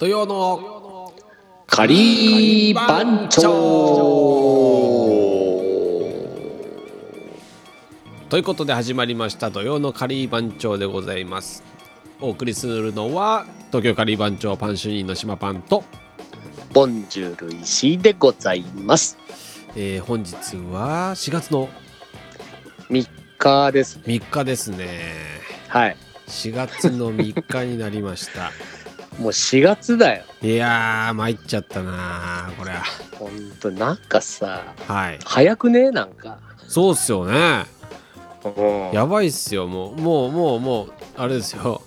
土曜の仮番長ということで始まりました土曜の仮番長でございます。お送りするのは東京仮番長パン主任の島パンとボンジュール石井でございます。 本日は4月の 3日です。 3日ですね。 はい。 4月の3日になりました。 もう4月だよ。 いやー参っちゃったなこれは。 ほんとなんかさ、 はい。 早くねなんか。 そうっすよね。 うんやばいっすよ。もうあれですよ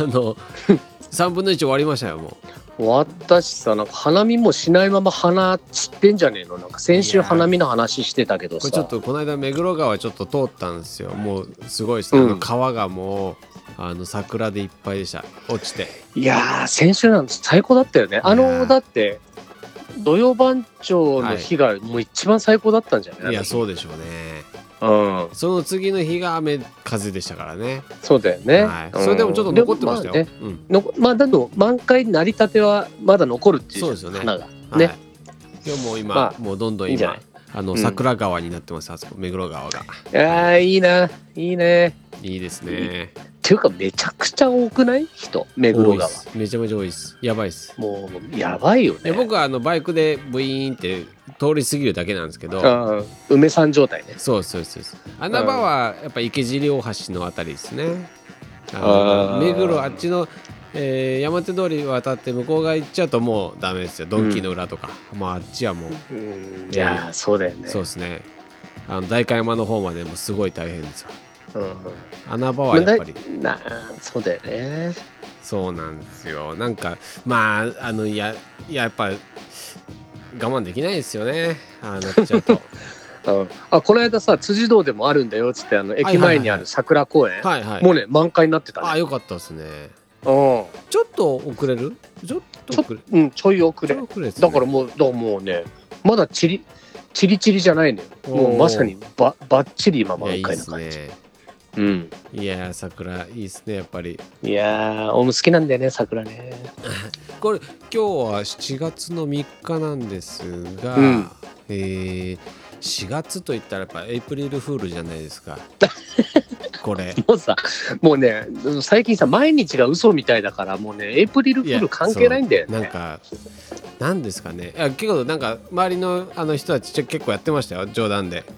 3分の1終わりましたよ。もう私さ、なんか花見もしないまま花散ってんじゃねえの。なんか先週花見の話してたけどさ、 これちょっとこの間目黒川ちょっと通ったんですよ。もうすごいです、川がもう桜でいっぱいでした。落ちて。 いやー先週なんて最高だったよね。だって土曜番長の日がもう一番最高だったんじゃない？ いやそうでしょうね。その次の日が雨風でしたからね。 そうだよね、 それでもちょっと残ってましたよ。 だと満開になりたてはまだ残るっていう。 そうですよね。 花がね。 今日も今、もうどんどん今桜川になってます。あそこ目黒川が。 いいな、いいね。 いいですね。 っていうかめちゃくちゃ多くない？人目黒川めちゃめちゃ多いです。やばいです。 もうやばいよね。 僕はバイクでブイーンって通り過ぎるだけなんですけど、 梅さん状態ね。 そう穴場はやっぱ池尻大橋のあたりですね。目黒あっちの、山手通り渡って向こう側行っちゃうともうダメですよ。ドンキの裏とか、あっちはもう、 いやそうだよね。 そうですね。代官山の方までもすごい大変ですよ。穴場はやっぱりそうだよね。 そうなんですよ。なんかやっぱ我慢できないですよね。なっちゃうとこの間さ辻堂でもあるんだよっつって駅前にある桜公園、もうね満開になってたね。 よかったですね。ちょっと遅れる？ちょい遅れ。だからもうねまだチリチリじゃないのよ。もうまさにバッチリ今満開な感じ。 いや桜いいですねやっぱり。 いや俺も好きなんだよね桜ね。 これ今日は7月の3日なんですが、4月といったらやっぱエイプリルフールじゃないですかこれもうね最近さ毎日が嘘みたいだからもうねエイプリルフール関係ないんだよね。 なんかなんですかね。結構なんか周りの人たち結構やってましたよ冗談で。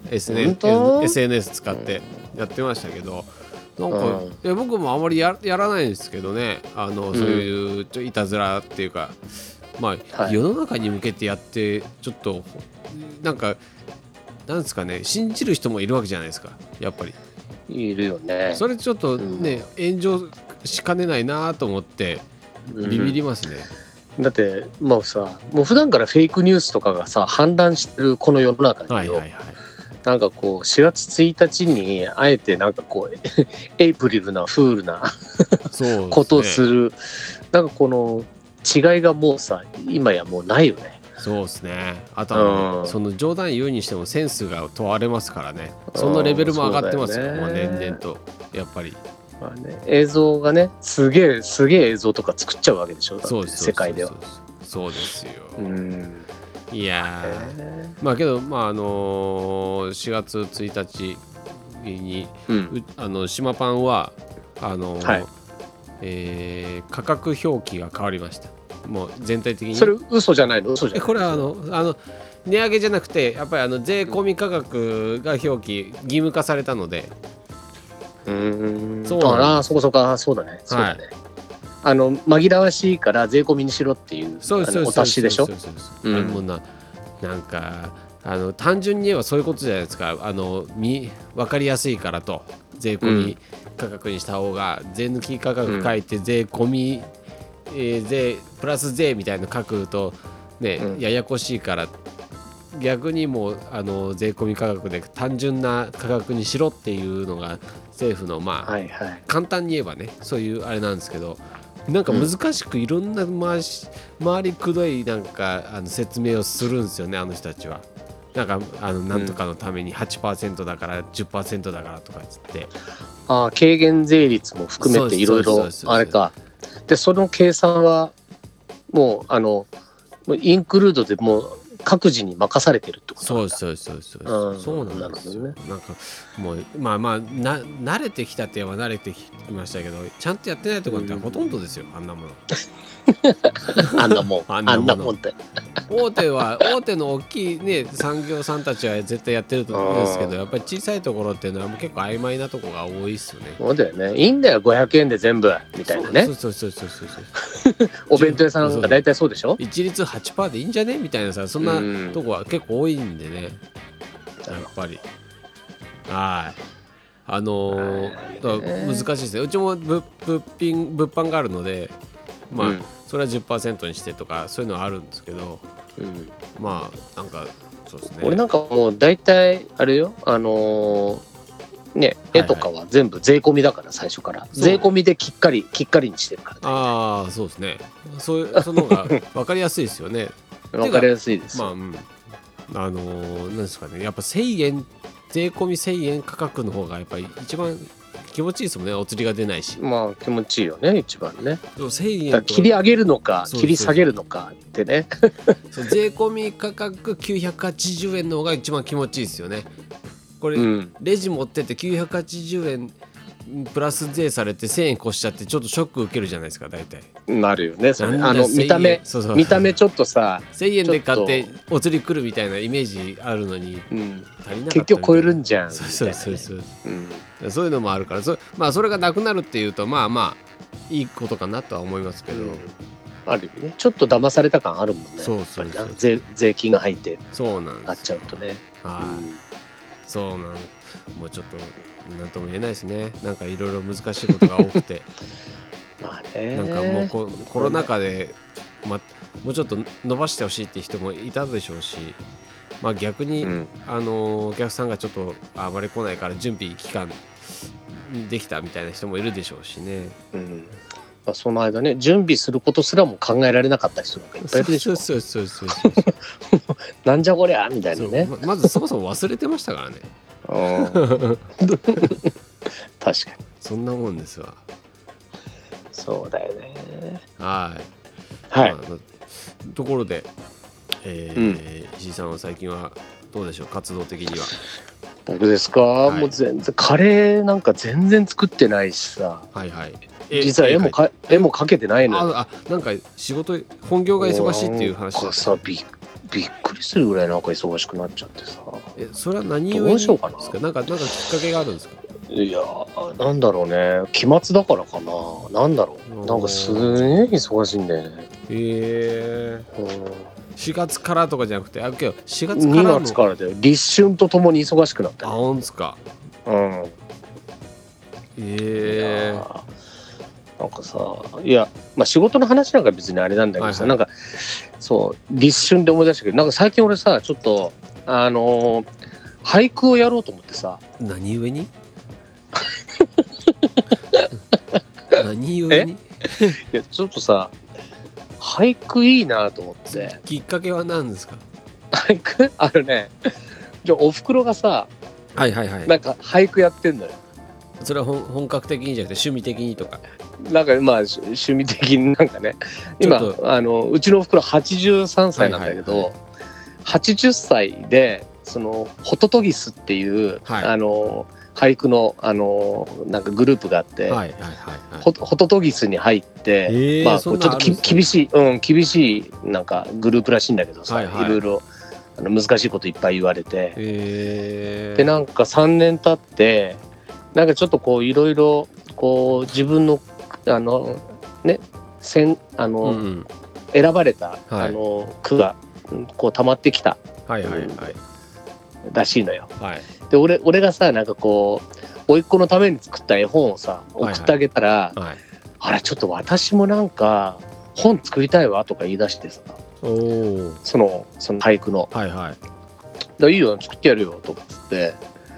SNS 使ってやってましたけど、なんか、僕もあまりやらないんですけどね。そういういたずらっていうか世の中に向けてやってちょっとなんですかね、信じる人もいるわけじゃないですかやっぱり。 いるよね。 それちょっとね、炎上しかねないなと思ってビビりますね。 だってもう普段からフェイクニュースとかがさ氾濫してるこの世の中になんかこう4月1日にあえてなんかこうエイプリルなフールなことをする、なんかこの違いがもう今やもうないよね。そうですね。あとはその冗談言うにしてもセンスが問われますからね。そのレベルも上がってますよ。もう年々とやっぱり。映像がねすげえ映像とか作っちゃうわけでしょ。世界では。そうですよ。いやけど4月1日に島パンは価格表記が変わりました。もう全体的に。それ嘘じゃないの？嘘じゃない。これは値上げじゃなくてやっぱり税込み価格が表記義務化されたので。そうだね。紛らわしいから税込みにしろっていうお達しでしょ。なんか単純に言えばそういうことじゃないですか。分かりやすいからと税込み価格にした方が税抜き価格書いて税込み、税プラス税みたいなの書くとね、ややこしいから逆にもう税込み価格で単純な価格にしろっていうのが政府の簡単に言えばねそういうあれなんですけど、なんか難しくいろんな回りくどいなんか説明をするんですよね、あの人たちは。なんかなんとかのために 8% だから 10% だからとかっつって、軽減税率も含めていろいろあれか。でその計算はもうもうインクルードでもう各自に任されてるってことなんだ。 そうなんですよ、ね、なんかもう慣れてきたって言えば慣れてきましたけど、ちゃんとやってないところってほとんどですよ、あんなものあんなもんって大手の大きいね産業さんたちは絶対やってると思うんですけど、やっぱり小さいところっていうのは結構曖昧なところが多いですよね。 そうだよね。いいんだよ500円で全部みたいなね。そうお弁当屋さんが大体そうでしょ。 一律 8% でいいんじゃねみたいなさ、そんなとこは結構多いんでね、やっぱり難しいですね。うちも物販があるので、それは 10% にしてとかそういうのはあるんですけど、なんかそうですね。 俺なんかもう大体あれよ、絵とかは全部税込みだから最初から税込みできっかりにしてるから、 ね、そうですね。その方が分かりやすいですよね。 分かりやすいです。 なんですかね、やっぱ1000円税込み1000円価格の方がやっぱり一番気持ちいいですもんね。お釣りが出ないし。 気持ちいいよね、一番ね。 1000円切り上げるのか切り下げるのかってね。 税込み価格980円の方が一番気持ちいいですよね。これ、レジ持ってて980円プラス税されて1000円越しちゃってちょっとショック受けるじゃないですか。大体なるよね。見た目ちょっとさ 1000円で買ってお釣り来るみたいなイメージあるのに、足りなかった結局超えるんじゃん。 そういうのもあるから、それがなくなるっていうといいことかなとは思いますけど、 ある意味ねちょっと騙された感あるもんね。税金が入ってなっちゃうとね。 そうなんもうちょっと何とも言えないですね。なんかいろいろ難しいことが多くてなんかもうコロナ禍で、もうちょっと伸ばしてほしいって人もいたでしょうし、逆に、お客さんがちょっとあまり来ないから準備期間できたみたいな人もいるでしょうしね。 その間ね準備することすらも考えられなかった人がいっぱいいるでしょ。そうなんじゃこりゃみたいなね。 まずそもそも忘れてましたからね。 確かにそんなもんですわ。 そうだよね。 ところで、石井さんは最近はどうでしょう、活動的には。 僕ですか、もう全然カレーなんか全然作ってないしさ。実は絵も描けてないのよ。 なんか仕事本業が忙しいっていう話ださ。びっくりするぐらいなんか忙しくなっちゃってさ。 それは何どうしようかな。 なんかきっかけがあるんですか。 いやなんだろうね、期末だからかな。なんだろう、なんかすげえ忙しいんだよね。 4月からとかじゃなくて、4月から 2月からで立春とともに忙しくなった、ね。 ほんですか。 なんかさ、仕事の話なんか別にあれなんだけどさ、なんかそう立春で思い出したけど、なんか最近俺さちょっと俳句をやろうと思ってさ。 何故に何故にいやちょっとさ俳句いいなと思って。 きっかけは何ですか。 俳句おふくろがさ、なんか俳句やってんのよ。 それは本格的にじゃなくて趣味的にとか。 なんか趣味的になんかね、今うちのおふくろ83歳なんだけど、80歳でそのホトトギスっていう、俳句のなんかグループがあって、ホトトギスに入って、ちょっと厳しいなんかグループらしいんだけどさ、いろいろ難しいこといっぱい言われて、でなんか3年経ってなんかちょっとこういろいろこう自分の選ばれた句がこう溜まってきたらしいのよ。で俺がさなんかこう甥っ子のために作った絵本をさ送ってあげたら、あれちょっと私もなんか本作りたいわとか言い出してさ、その俳句の、いいよ作ってやるよとかっつって。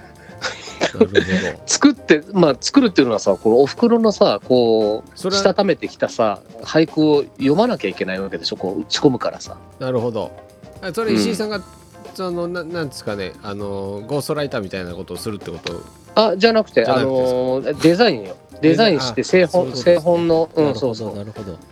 作るっていうのはさ、このおふくろのさこうしたためてきたさ俳句を読まなきゃいけないわけでしょ、こう打ち込むからさ。 なるほど。それ石井さんが、なんですかね、ゴーストライターみたいなことをするってこと。 じゃなくてデザインして製本のそう。なるほど。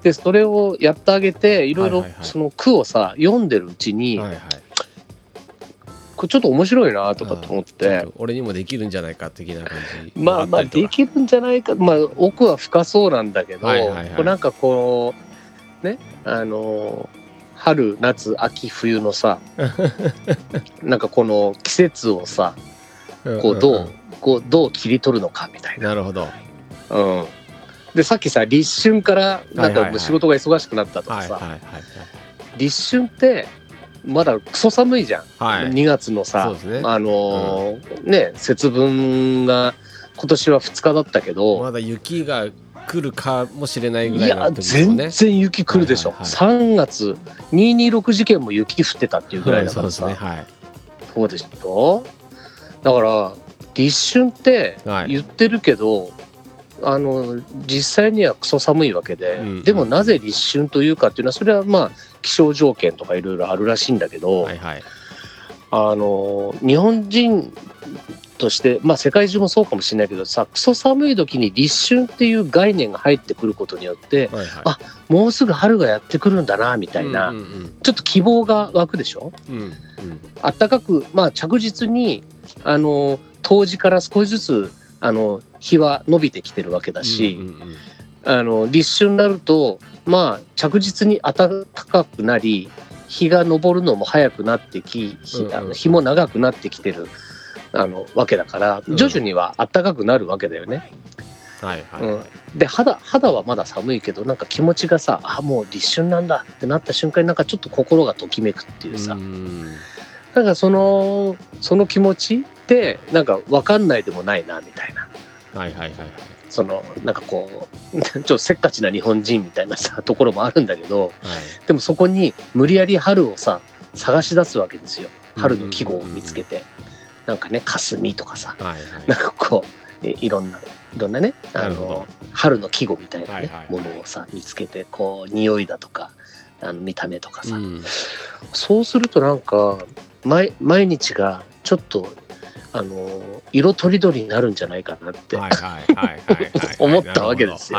でそれをやってあげていろいろその句をさ読んでるうちに、はいはい、これちょっと面白いなとかと思って、 俺にもできるんじゃないか的な感じ。 まあできるんじゃないか、まあ奥は深そうなんだけど、はいはいはい、こうなんかこうね春夏秋冬のさなんかこの季節をさこうどう切り取るのかみたいな。 なるほど。 うん。でさっきさ立春からなんかもう仕事が忙しくなったとかさ、立春ってまだクソ寒いじゃん、はい、2月のさ、ね節分が今年は2日だったけどまだ雪が来るかもしれないぐらいの時ですよね。 いや全然雪来るでしょ、3月226事件も雪降ってたっていうぐらいだからさ、そうでしょ。だから立春って言ってるけど、実際にはクソ寒いわけで、でもなぜ立春というかっていうのはそれはまあ気象条件とかいろいろあるらしいんだけど、はいはい、日本人として、まあ、世界中もそうかもしれないけどさ、クソ寒い時に立春っていう概念が入ってくることによって、はいはい、あもうすぐ春がやってくるんだなみたいな、ちょっと希望が湧くでしょ、暖かく、まあ、着実に冬至から少しずつ日は伸びてきてるわけだし、立春になるとまあ着実に暖かくなり日が昇るのも早くなってき、日も長くなってきてるわけだから徐々には暖かくなるわけだよね。で肌はまだ寒いけどなんか気持ちがさもう立春なんだってなった瞬間になんかちょっと心がときめくっていうさ、なんかその気持ちってなんか分かんないでもないなみたいな。そのなんかこうちょっとせっかちな日本人みたいなさところもあるんだけど、でもそこに無理やり春をさ探し出すわけですよ。春の季語を見つけて、なんかね霞とかさ、なんかこういろんなね春の季語みたいなね、ものをさ見つけてこう匂いだとか見た目とかさ、そうするとなんか毎日がちょっと色とりどりになるんじゃないかなって思ったわけですよ。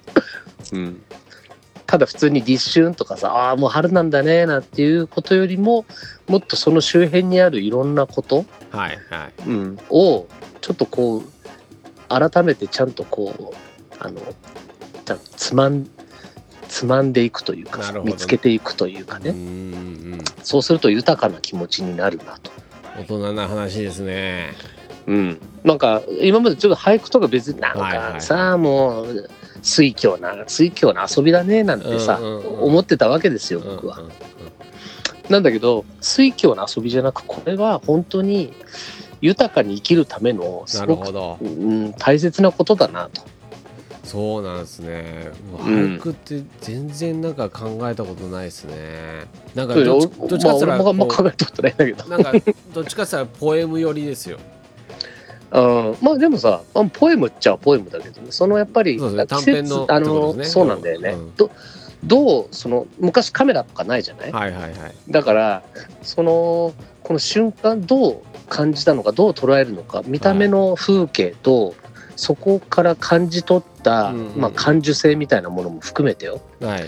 ただ普通に立春とかさもう春なんだねなんていうことよりももっとその周辺にあるいろんなこと、をちょっとこう改めてちゃんとこうつまんでいくというか見つけていくというかね、そうすると豊かな気持ちになるなと。 大人な話ですね。 なんか今までちょっと俳句とか別になんかさ、もう水郷な遊びだねなんてさ、思ってたわけですよ僕は。なんだけど水郷な遊びじゃなくこれは本当に豊かに生きるためのすごく大切なことだなと。 そうなんですね。俳句って全然なんか考えたことないですね。なんかどっちかって言ったら考えたことないんだけど、 なんかどっちかって言ったらポエム寄りですよ。 まあでもさポエムっちゃポエムだけどね、そのやっぱり短編のそうなんだよね。どうその昔カメラとかないじゃない。だからこの瞬間どう感じたのかどう捉えるのか、見た目の風景とそこから感じ取った、まあ、感受性みたいなものも含めてよ、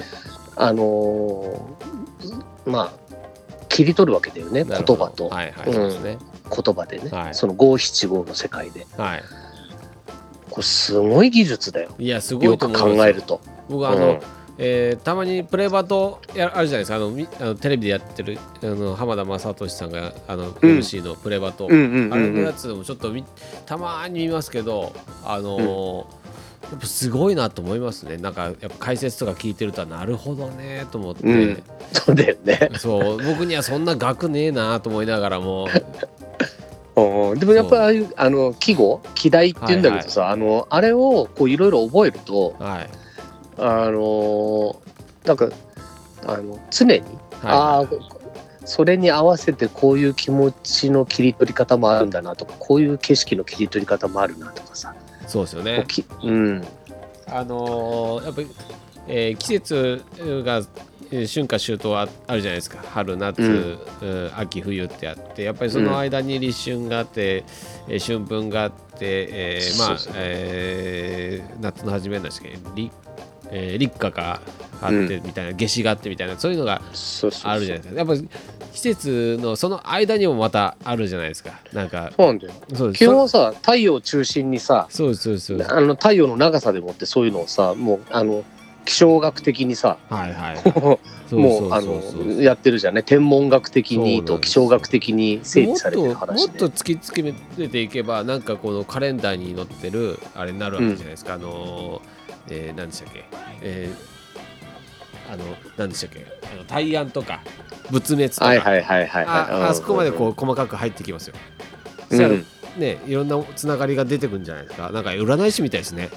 まあ切り取るわけだよね、言葉と、言葉でね、その五七五の世界で、これすごい技術だよ。 いやすごいと思いますよ。 よく考えると。 僕たまにプレバトあるじゃないですか、テレビでやってる浜田雅俊さんがMC のプレバト、あれのやつもちょっとたまに見ますけど、やっぱすごいなと思いますね。なんかやっぱ解説とか聞いてるとなるほどねと思って、 そうだよね。 そう僕にはそんな額ねえなと思いながらもでもやっぱり季語季題っていうんだけどさ、あれをこういろいろ覚えると、なんか常に、それに合わせてこういう気持ちの切り取り方もあるんだなとか、こういう景色の切り取り方もあるなとかさ。 そうですよね。やっぱり、季節が春夏秋冬あるじゃないですか。春夏、秋冬ってあって、やっぱりその間に立春があって、春分があって、夏の初めなんですけど立夏があってみたいな、夏至があってみたいな、そういうのがあるじゃないですか。やっぱ季節のその間にもまたあるじゃないですか。なんかそうなんだよ。基本さ、太陽を中心にさ、 そう太陽の長さでもってそういうのをさ、もう気象学的にさ、もうやってるじゃんね。天文学的にと気象学的に整理されてる話、 もっと突き詰めていけば、なんかこのカレンダーに載ってるあれになるわけじゃないですか。何でしたっけ、何でしたっけ、大安とか仏滅とか、あそこまでこう細かく入ってきますよ。そしたらね、いろんなつながりが出てくるんじゃないですか。なんか占い師みたいですね。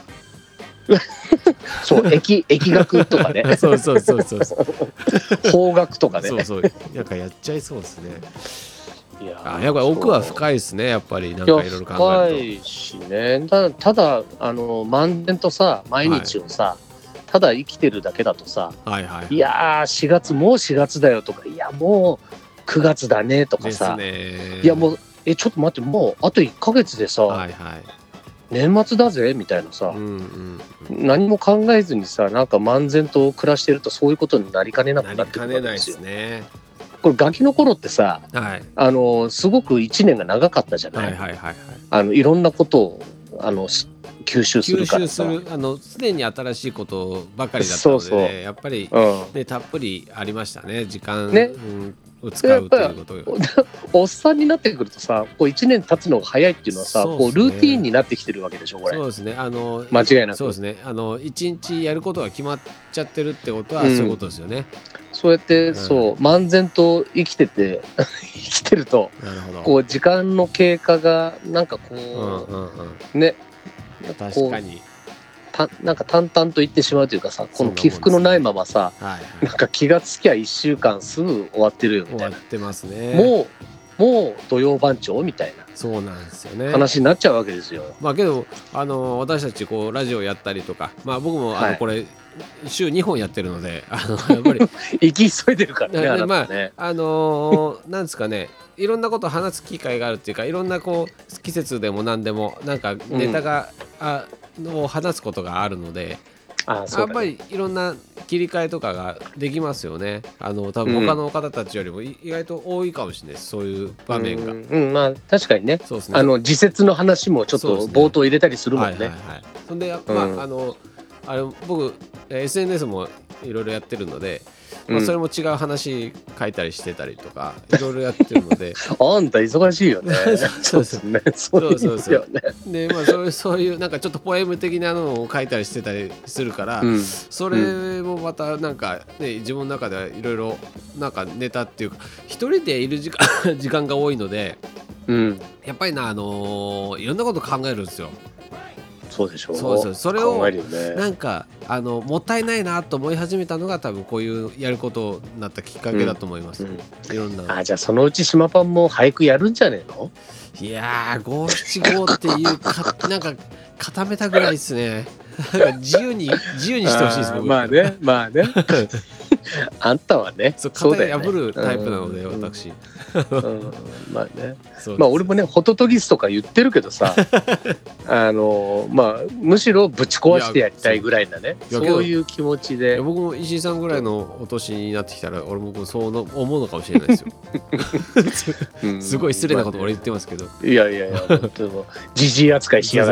そう、疫学とかね。 そう法学とかね。 なんかやっちゃいそうですね。やっぱり奥は深いですね。やっぱりなんかいろいろ考えると。 深いしね。ただ漫然とさ、毎日をさ、ただ生きてるだけだとさ、いやー4月もう4月だよとか、いやもう9月だねとかさ、いやもうちょっと待って、もうあと1ヶ月でさ、年末だぜみたいなさ、何も考えずにさ、なんか漫然と暮らしてるとそういうことになりかねなくなってくるわけですよ。これガキの頃ってさ、すごく1年が長かったじゃない。いろんなことを吸収するからさ、 常に新しいことばかりだったので、やっぱり、たっぷりありましたね、時間を使うということが。 おっさんになってくるとさ、こう1年経つのが早いっていうのはさ、こうルーティーンになってきてるわけでしょ、これ。 そうですね、間違いなく。 そうですね、1日やることが決まっちゃってるってことはそういうことですよね。 そうやって、漫然と生きてると、こう時間の経過がなんかこう、ね、 確かになんか淡々と言ってしまうというかさ、この起伏のないままさ、なんか気がつきゃ1週間すぐ終わってるよみたいな。 終わってますね。 もう土曜番長みたいな。 そうなんですよね。 話になっちゃうわけですよ。 まあけど私たちこうラジオやったりとか、まあ僕もこれ週2本やってるので、やっぱり生き急いでるからね。 まあなんですかね、いろんなことを話す機会があるっていうか、いろんなこう季節でも何でもなんかネタが、を話すことがあるので、やっぱりいろんな切り替えとかができますよね。多分他の方たちよりも意外と多いかもしれないです、そういう場面が。 まあ確かにね。時節の話もちょっと冒頭入れたりするもんね。 そんで僕 SNS もいろいろやってるので、それも違う話書いたりしてたりとかいろいろやってるのであんた忙しいよね。そうですね。そうで、まあそういうなんかちょっとポエム的なのを書いたりしてたりするから、それもまたなんかね、自分の中ではいろいろなんかネタっていうか、一人でいる時間が多いので、やっぱりいろんなこと考えるんですよ。 そうでしょう。 それをなんかもったいないなと思い始めたのが多分こういうやることになったきっかけだと思います。いろんな。 じゃあそのうち島パンも俳句やるんじゃねえの？ いやー、五七五っていうなんか固めたぐらいですね。なんか自由にしてほしいです。僕。 まあね。あんたはね、 型破るタイプなので、私。 まあね。まあ俺もね、ホトトギスとか言ってるけどさ、まあむしろぶち壊してやりたいぐらいなね、そういう気持ちで。 僕も石井さんぐらいのお年になってきたら、俺もそう思うのかもしれないですよ。すごい失礼なこと俺言ってますけど。 いや、本当にじじい扱いしやがって。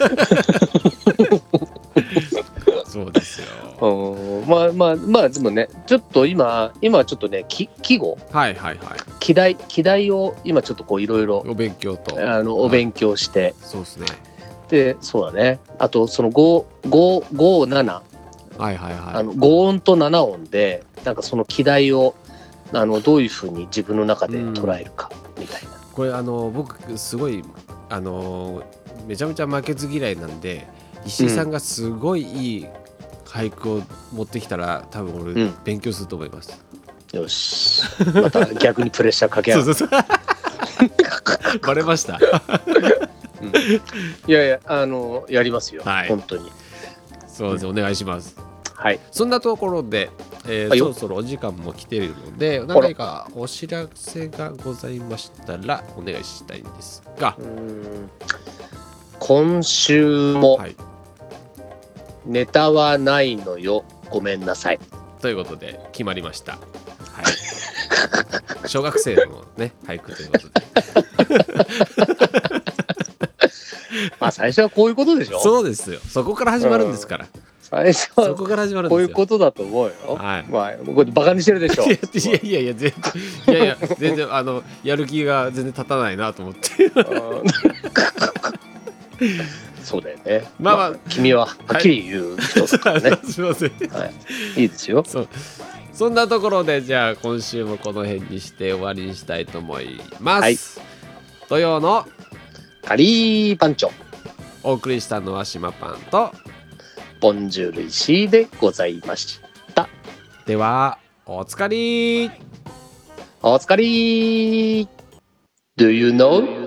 そうですよ。 まあでもね、ちょっと今ちょっとね、季語、季題を今ちょっとこういろいろお勉強して、 そうですね。 で、そうだね。あとその557、5音と7音でなんかその季題をどういうふうに自分の中で捉えるかみたいな。 これ僕すごいめちゃめちゃ負けず嫌いなんで、石井さんがすごいいい俳句を持ってきたら多分俺勉強すると思います。 よし、また逆にプレッシャーかけ合う。 バレました。 いややりますよ、本当に。 そうです、お願いします。 はい、 そんなところで、そろそろお時間も来ているので、何かお知らせがございましたらお願いしたいんですが、 今週も、 ネタはないのよ、ごめんなさい。 ということで決まりました。はい。小学生のね俳句ということで。 まあ最初はこういうことでしょ。 そうですよ。そこから始まるんですから。 最初はそこから始まるんですよ。 こういうことだと思うよ。 はい。 まあこれバカにしてるでしょ。 いや全然やる気が全然立たないなと思って。 そうだよね。 まあ君ははっきり言う人だからね。 はい、すみません。 はい。いいですよ。 そんなところでじゃあ今週もこの辺にして終わりにしたいと思います。 はい、 土曜のカリーパンチョ。 お送りしたのは島パンとボンジュール石井でございました。 ではおつかり。 おつかり。Do you know?